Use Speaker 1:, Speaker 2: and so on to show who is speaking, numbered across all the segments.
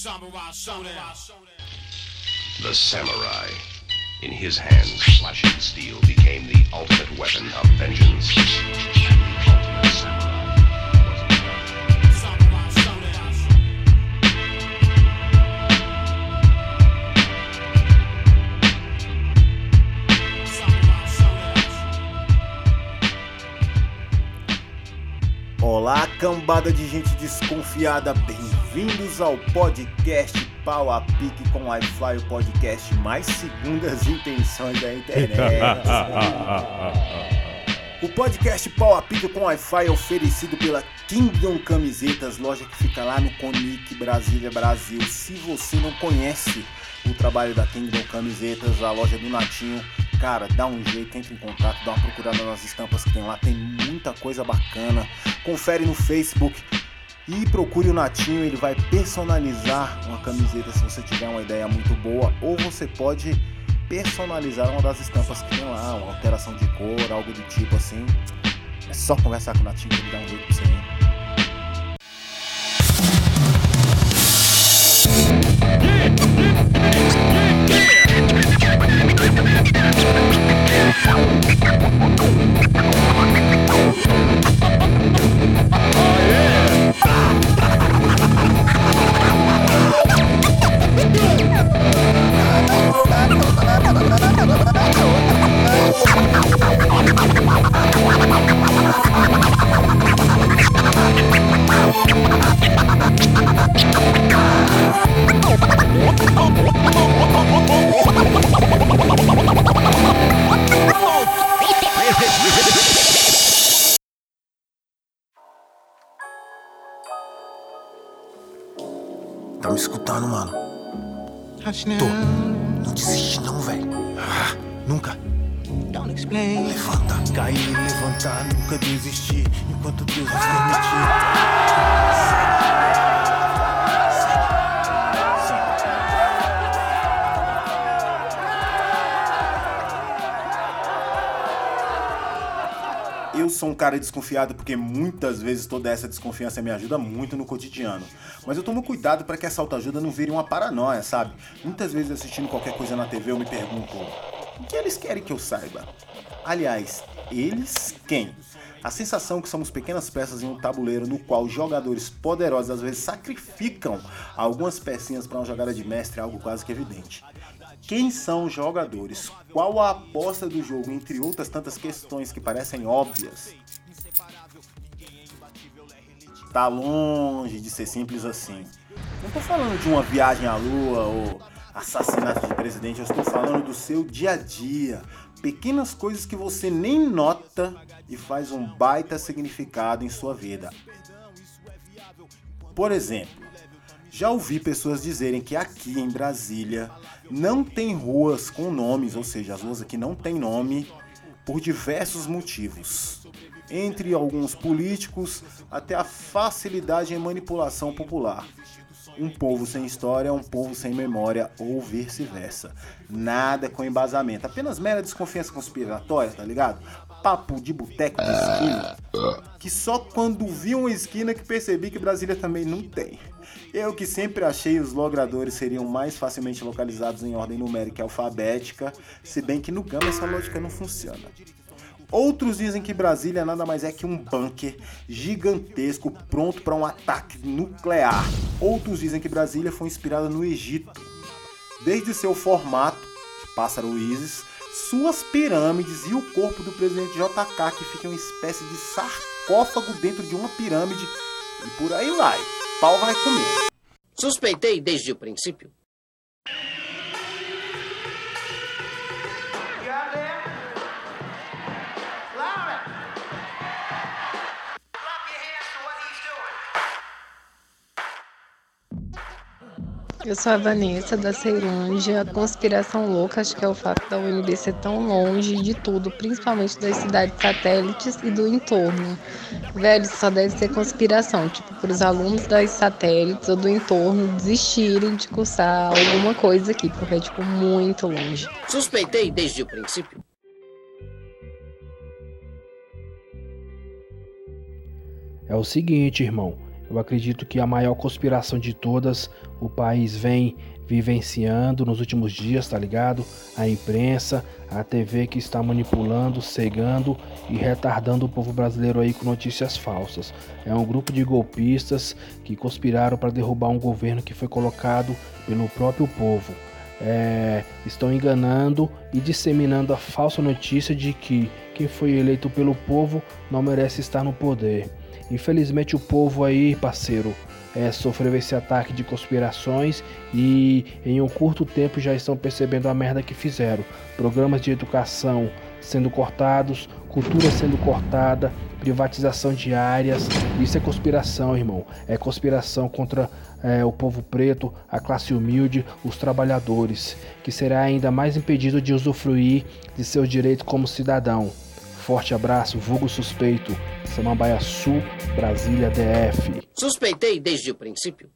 Speaker 1: The samurai. In his hands, flashing steel became the ultimate weapon of vengeance. And the ultimate samurai
Speaker 2: Olá, cambada de gente desconfiada, bem-vindos ao podcast Pau a Pique com Wi-Fi, o podcast mais segundas intenções da internet. O podcast Pau a Pique com Wi-Fi é oferecido pela Kingdom Camisetas, loja que fica lá no Conic, Brasília, Brasil. Se você não conhece o trabalho da Kingdom Camisetas, a loja do Natinho, cara, dá um jeito, entra em contato, dá uma procurada nas estampas que tem lá, tem muita coisa bacana. Confere no Facebook e procure o Natinho, ele vai personalizar uma camiseta se você tiver uma ideia muito boa, ou você pode personalizar uma das estampas que tem lá, uma alteração de cor, algo do tipo assim. É só conversar com o Natinho que ele dá um jeito pra você, hein? Tá me escutando, mano? Tô. Não desiste não, velho. Nunca. Levanta. Cair e levantar, nunca desistir. Enquanto Deus nos permitir. Eu sou um cara desconfiado porque muitas vezes toda essa desconfiança me ajuda muito no cotidiano. Mas eu tomo cuidado para que essa autoajuda não vire uma paranoia, sabe? Muitas vezes assistindo qualquer coisa na TV eu me pergunto: o que eles querem que eu saiba? Aliás, eles quem? A sensação que somos pequenas peças em um tabuleiro no qual jogadores poderosos às vezes sacrificam algumas pecinhas para uma jogada de mestre é algo quase que evidente. Quem são os jogadores? Qual a aposta do jogo? Entre outras tantas questões que parecem óbvias. Tá longe de ser simples assim. Não tô falando de uma viagem à lua ou assassinato de presidente, eu estou falando do seu dia a dia. Pequenas coisas que você nem nota e faz um baita significado em sua vida. Por exemplo, já ouvi pessoas dizerem que aqui em Brasília não tem ruas com nomes, ou seja, as ruas aqui não tem nome, por diversos motivos. Entre alguns políticos, até a facilidade em manipulação popular. Um povo sem história é um povo sem memória, ou vice-versa. Nada com embasamento, apenas mera desconfiança conspiratória, tá ligado? Papo de boteco de esquina, que só quando vi uma esquina que percebi que Brasília também não tem. Eu que sempre achei os logradores seriam mais facilmente localizados em ordem numérica e alfabética, se bem que no Gama essa lógica não funciona. Outros dizem que Brasília nada mais é que um bunker gigantesco pronto para um ataque nuclear. Outros dizem que Brasília foi inspirada no Egito. Desde seu formato, de pássaro Isis, suas pirâmides e o corpo do presidente JK, que fica em uma espécie de sarcófago dentro de uma pirâmide, e por aí vai, pau vai comer.
Speaker 3: Suspeitei desde o princípio.
Speaker 4: Eu sou a Vanessa, da Ceilândia. A conspiração louca, acho que é o fato da UNB ser tão longe de tudo, principalmente das cidades satélites e do entorno. Velho, isso só deve ser conspiração, tipo, para os alunos das satélites ou do entorno desistirem de cursar alguma coisa aqui, porque é, tipo, muito longe.
Speaker 3: Suspeitei desde o princípio.
Speaker 5: É o seguinte, irmão. Eu acredito que a maior conspiração de todas o país vem vivenciando nos últimos dias, tá ligado? A imprensa, a TV que está manipulando, cegando e retardando o povo brasileiro aí com notícias falsas. É um grupo de golpistas que conspiraram para derrubar um governo que foi colocado pelo próprio povo. Estão enganando e disseminando a falsa notícia de que quem foi eleito pelo povo não merece estar no poder. Infelizmente o povo aí, parceiro, sofreu esse ataque de conspirações e em um curto tempo já estão percebendo a merda que fizeram. Programas de educação sendo cortados, cultura sendo cortada, privatização de áreas. Isso é conspiração, irmão. É conspiração contra o povo preto, a classe humilde, os trabalhadores, que será ainda mais impedido de usufruir de seus direitos como cidadão. Forte abraço, vulgo suspeito. Samambaia Sul, Brasília, DF.
Speaker 3: Suspeitei desde o princípio.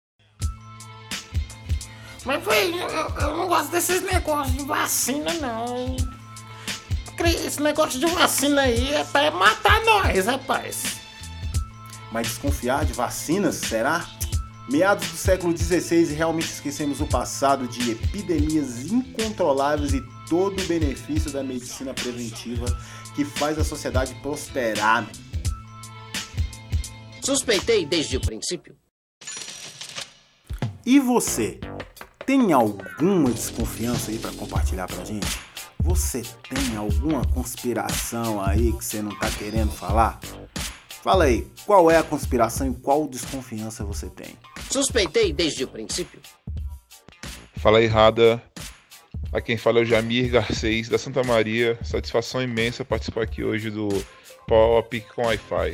Speaker 6: Mas, velho, eu não gosto desses negócios de vacina, não. Esse negócio de vacina aí é pra matar nós, rapaz.
Speaker 2: Mas desconfiar de vacinas, será? Meados do século XVI e realmente esquecemos o passado de epidemias incontroláveis e todo o benefício da medicina preventiva que faz a sociedade prosperar.
Speaker 3: Suspeitei desde o princípio.
Speaker 2: E você? Tem alguma desconfiança aí pra compartilhar pra gente? Você tem alguma conspiração aí que você não tá querendo falar? Fala aí, qual é a conspiração e qual desconfiança você tem?
Speaker 3: Suspeitei desde o princípio.
Speaker 7: Fala aí, Rada. Aqui quem fala é o Jamir Garcês, da Santa Maria. Satisfação imensa participar aqui hoje do Pop com Wi-Fi.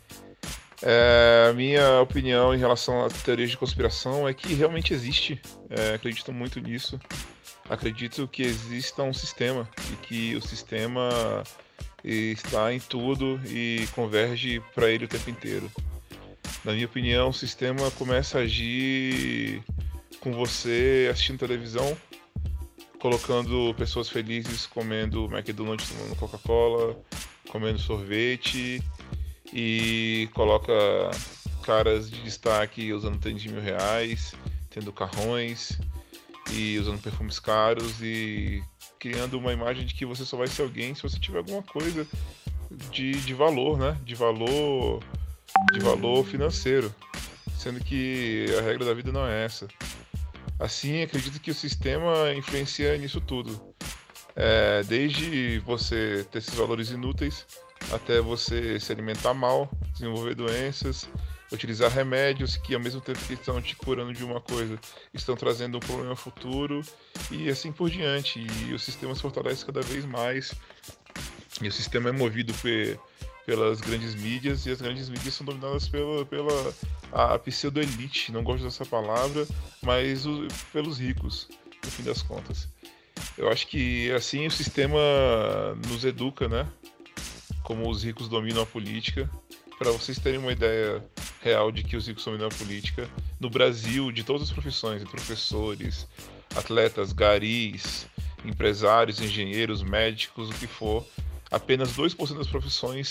Speaker 7: A minha opinião em relação às teorias de conspiração é que realmente existe. Acredito muito nisso. Acredito que exista um sistema e que o sistema está em tudo e converge para ele o tempo inteiro. Na minha opinião, o sistema começa a agir com você assistindo televisão, colocando pessoas felizes comendo McDonald's, tomando Coca-Cola, comendo sorvete, e coloca caras de destaque usando tênis de R$1.000, tendo carrões e usando perfumes caros e criando uma imagem de que você só vai ser alguém se você tiver alguma coisa de valor, né? De valor financeiro, sendo que a regra da vida não é essa. Assim, acredito que o sistema influencia nisso tudo. Desde você ter esses valores inúteis, até você se alimentar mal, desenvolver doenças, utilizar remédios que ao mesmo tempo que estão te curando de uma coisa, estão trazendo um problema futuro e assim por diante. E o sistema se fortalece cada vez mais. E o sistema é movido pelas grandes mídias, e as grandes mídias são dominadas pela a pseudo-elite, não gosto dessa palavra, mas pelos ricos, no fim das contas. Eu acho que assim o sistema nos educa, né? Como os ricos dominam a política. Para vocês terem uma ideia real de que os ricos dominam a política, no Brasil, de todas as profissões, professores, atletas, garis, empresários, engenheiros, médicos, o que for, apenas 2% das profissões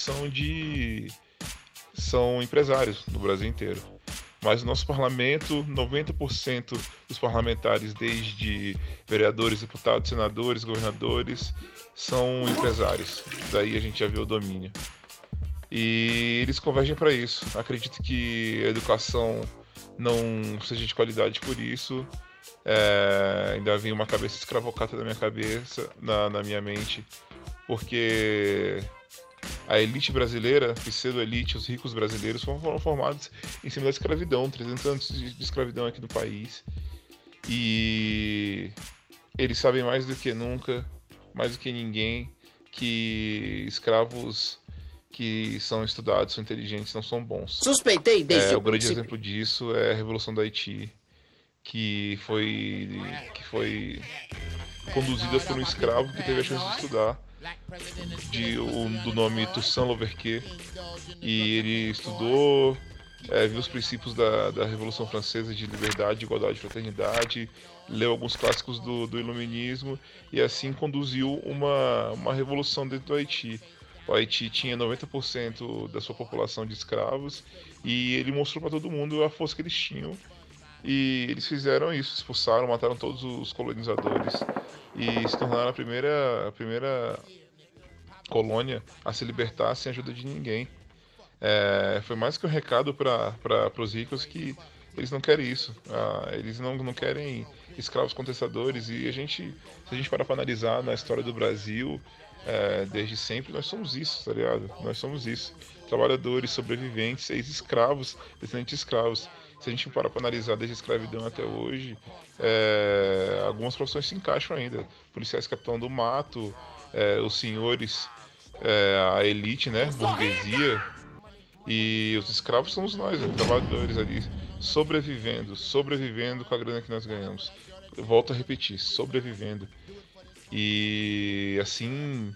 Speaker 7: são empresários no Brasil inteiro. Mas no nosso parlamento, 90% dos parlamentares, desde vereadores, deputados, senadores, governadores, são empresários. Daí a gente já vê o domínio. E eles convergem para isso. Acredito que a educação não seja de qualidade por isso. Ainda vem uma cabeça escravocrata na minha cabeça, na minha mente, porque a elite brasileira, pseudo-elite, os ricos brasileiros foram formados em cima da escravidão, 300 anos de escravidão aqui no país. E eles sabem mais do que nunca, mais do que ninguém, que escravos que são estudados, são inteligentes, não são bons.
Speaker 3: Suspeitei desde
Speaker 7: o grande exemplo disso é a Revolução da Haiti, que foi conduzida por um escravo que teve a chance de estudar, do nome Toussaint Louverture, e ele estudou, viu os princípios da Revolução Francesa de liberdade, igualdade e fraternidade, leu alguns clássicos do iluminismo e assim conduziu uma revolução dentro do Haiti. O Haiti tinha 90% da sua população de escravos e ele mostrou para todo mundo a força que eles tinham E eles fizeram isso, expulsaram, mataram todos os colonizadores e se tornaram a primeira colônia a se libertar sem ajuda de ninguém. Foi mais que um recado para os ricos que eles não querem isso. Eles não querem escravos contestadores. E se a gente parar para analisar na história do Brasil, desde sempre nós somos isso, tá ligado? Nós somos isso. Trabalhadores, sobreviventes, ex-escravos, descendentes de escravos. Se a gente parar para analisar desde a escravidão até hoje, algumas profissões se encaixam ainda. Policiais capitão do mato, os senhores, a elite, né, burguesia, e os escravos somos nós, trabalhadores ali, sobrevivendo com a grana que nós ganhamos. Eu volto a repetir, sobrevivendo. E assim,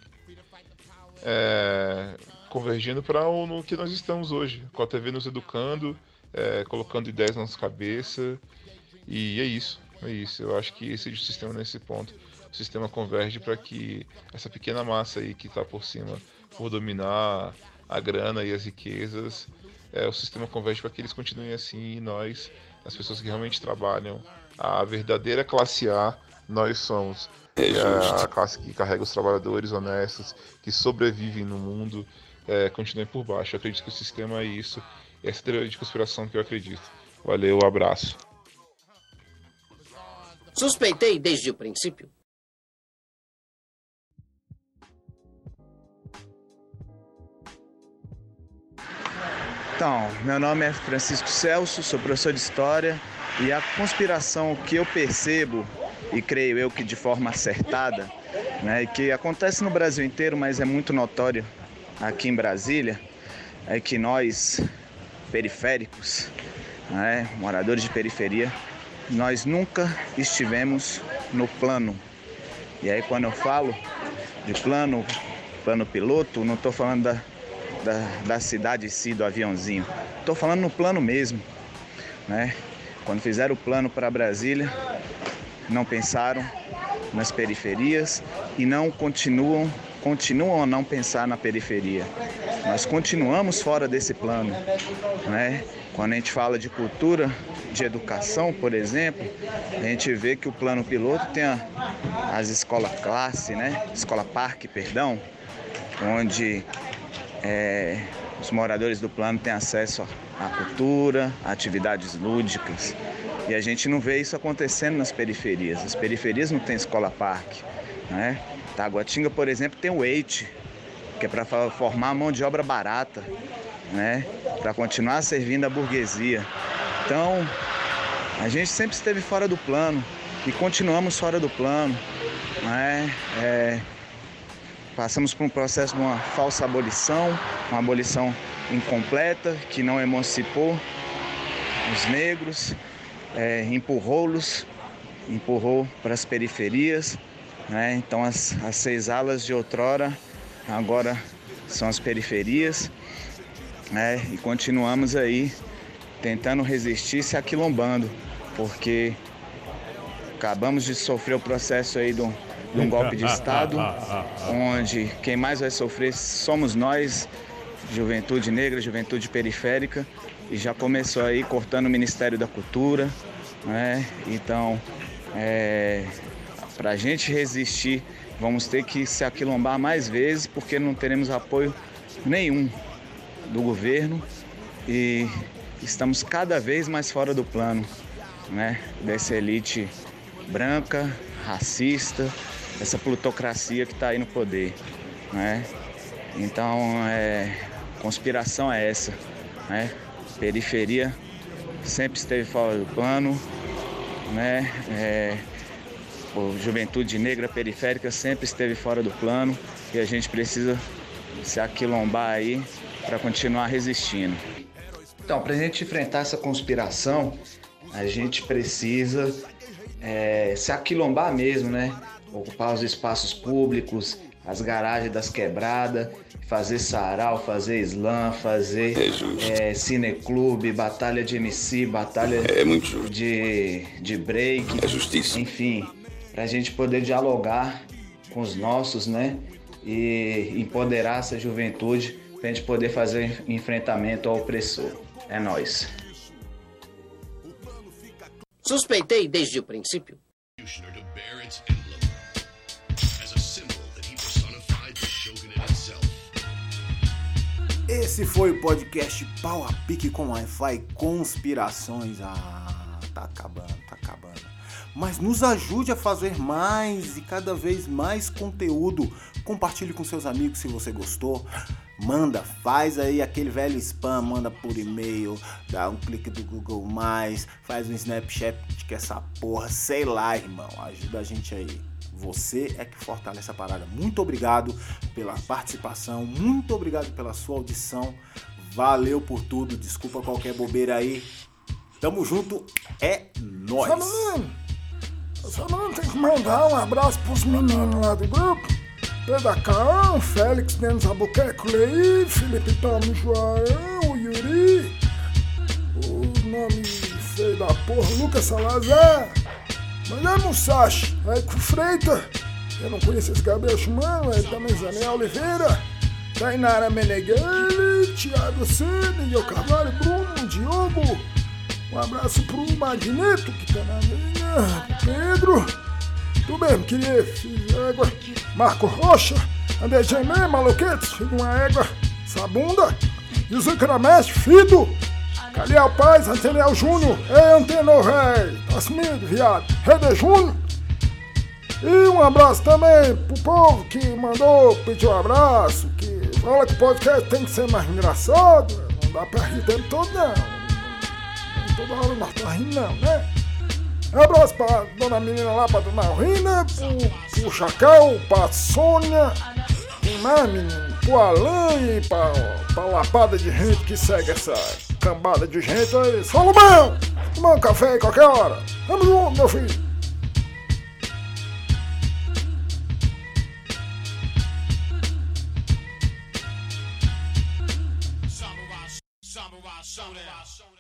Speaker 7: convergindo para no que nós estamos hoje, com a TV nos educando, colocando ideias na nossa cabeça, e é isso. Eu acho que esse sistema nesse ponto, o sistema converge para que essa pequena massa aí que está por cima, por dominar a grana e as riquezas, o sistema converge para que eles continuem assim, e nós, as pessoas que realmente trabalham, a verdadeira classe A, nós somos a classe que carrega os trabalhadores honestos, que sobrevivem no mundo, continuem por baixo. Eu acredito que o sistema é isso. Essa é a teoria de conspiração que eu acredito. Valeu, abraço.
Speaker 3: Suspeitei desde o princípio.
Speaker 8: Então, meu nome é Francisco Celso, sou professor de História, e a conspiração que eu percebo, e creio eu que de forma acertada, né, que acontece no Brasil inteiro, mas é muito notório aqui em Brasília, é que nós, periféricos, né, moradores de periferia, nós nunca estivemos no plano. E aí quando eu falo de plano piloto, não estou falando da cidade em si, do aviãozinho. Estou falando no plano mesmo, né? Quando fizeram o plano para Brasília, não pensaram nas periferias e não continuam a não pensar na periferia. Nós continuamos fora desse plano, né? Quando a gente fala de cultura, de educação, por exemplo, a gente vê que o plano piloto tem as escola classe, né? Escola parque, perdão, onde os moradores do plano têm acesso à cultura, a atividades lúdicas. E a gente não vê isso acontecendo nas periferias. As periferias não têm escola parque, né? Taguatinga, por exemplo, tem o EIT, que é para formar mão de obra barata, né? Para continuar servindo a burguesia. Então, a gente sempre esteve fora do plano e continuamos fora do plano, né? Passamos por um processo de uma falsa abolição, uma abolição incompleta, que não emancipou os negros, empurrou para as periferias, né? Então as 6 alas de outrora agora são as periferias, né? E continuamos aí tentando resistir, se aquilombando, porque acabamos de sofrer o processo aí de um golpe de Estado, onde quem mais vai sofrer somos nós, juventude negra, juventude periférica, e já começou aí cortando o Ministério da Cultura, né? Então, para a gente resistir, vamos ter que se aquilombar mais vezes, porque não teremos apoio nenhum do governo e estamos cada vez mais fora do plano, né? Dessa elite branca, racista, essa plutocracia que está aí no poder, né? Então, conspiração é essa, né? Periferia sempre esteve fora do plano, né? Juventude negra periférica sempre esteve fora do plano e a gente precisa se aquilombar aí para continuar resistindo. Então, para a gente enfrentar essa conspiração, a gente precisa se aquilombar mesmo, né? Ocupar os espaços públicos, as garagens das quebradas, fazer sarau, fazer slam, fazer cineclube, batalha de MC, batalha de break.
Speaker 9: É justiça.
Speaker 8: Enfim, para a gente poder dialogar com os nossos, né? E empoderar essa juventude para a gente poder fazer enfrentamento ao opressor. É nóis.
Speaker 3: Suspeitei desde o princípio.
Speaker 1: To bear its emblem as a symbol that he personified the shogunate itself.
Speaker 2: Esse foi o podcast Pau a Pique com Wi-Fi Conspirações. Tá acabando. Mas nos ajude a fazer mais e cada vez mais conteúdo. Compartilhe com seus amigos se você gostou. Manda, faz aí aquele velho spam, manda por e-mail, dá um clique do Google+, faz um Snapchat que essa porra, sei lá, irmão, ajuda a gente aí. Você é que fortalece a parada. Muito obrigado pela participação, muito obrigado pela sua audição, valeu por tudo, desculpa qualquer bobeira aí. Tamo junto, é nóis.
Speaker 6: Só não tem que mandar um abraço pros meninos lá do grupo. Pedro Caão, Félix Denis Albuquerque, Leí, Felipe Tamo, João, o Yuri, o nome feio da porra, Lucas Salazar, Mané Musashi, Érico Freitas, eu não conheço esse gabicho, mano, aí também Zaniel Oliveira, Tainara Meneghel, Thiago Sene, Yo Carvalho, Bruno, Diogo, um abraço pro Magneto, que tá na linha, Pedro, tu mesmo, queria, égua, Marco Rocha, André Jaimé, Maluquetes, filho de uma égua, Sabunda, Yuzuka Mestre, Fido, Caliel Paz, Anteniel Júnior, Anteno Rei, Asmido, viado, Rede Júnior, e um abraço também pro povo que mandou, pediu um abraço, que fala que o podcast tem que ser mais engraçado, não dá pra rir o tempo todo não, toda hora nós tá rindo não, né? Um abraço pra dona menina lá, pra dona Rina, pro Chacal, pra Sônia, quem mais, menino? Pro Alain e pra lapada de gente que segue essa cambada de gente aí. Salomão! Tomar um café aí qualquer hora. Tamo junto, meu filho.
Speaker 9: Samurai Shodown.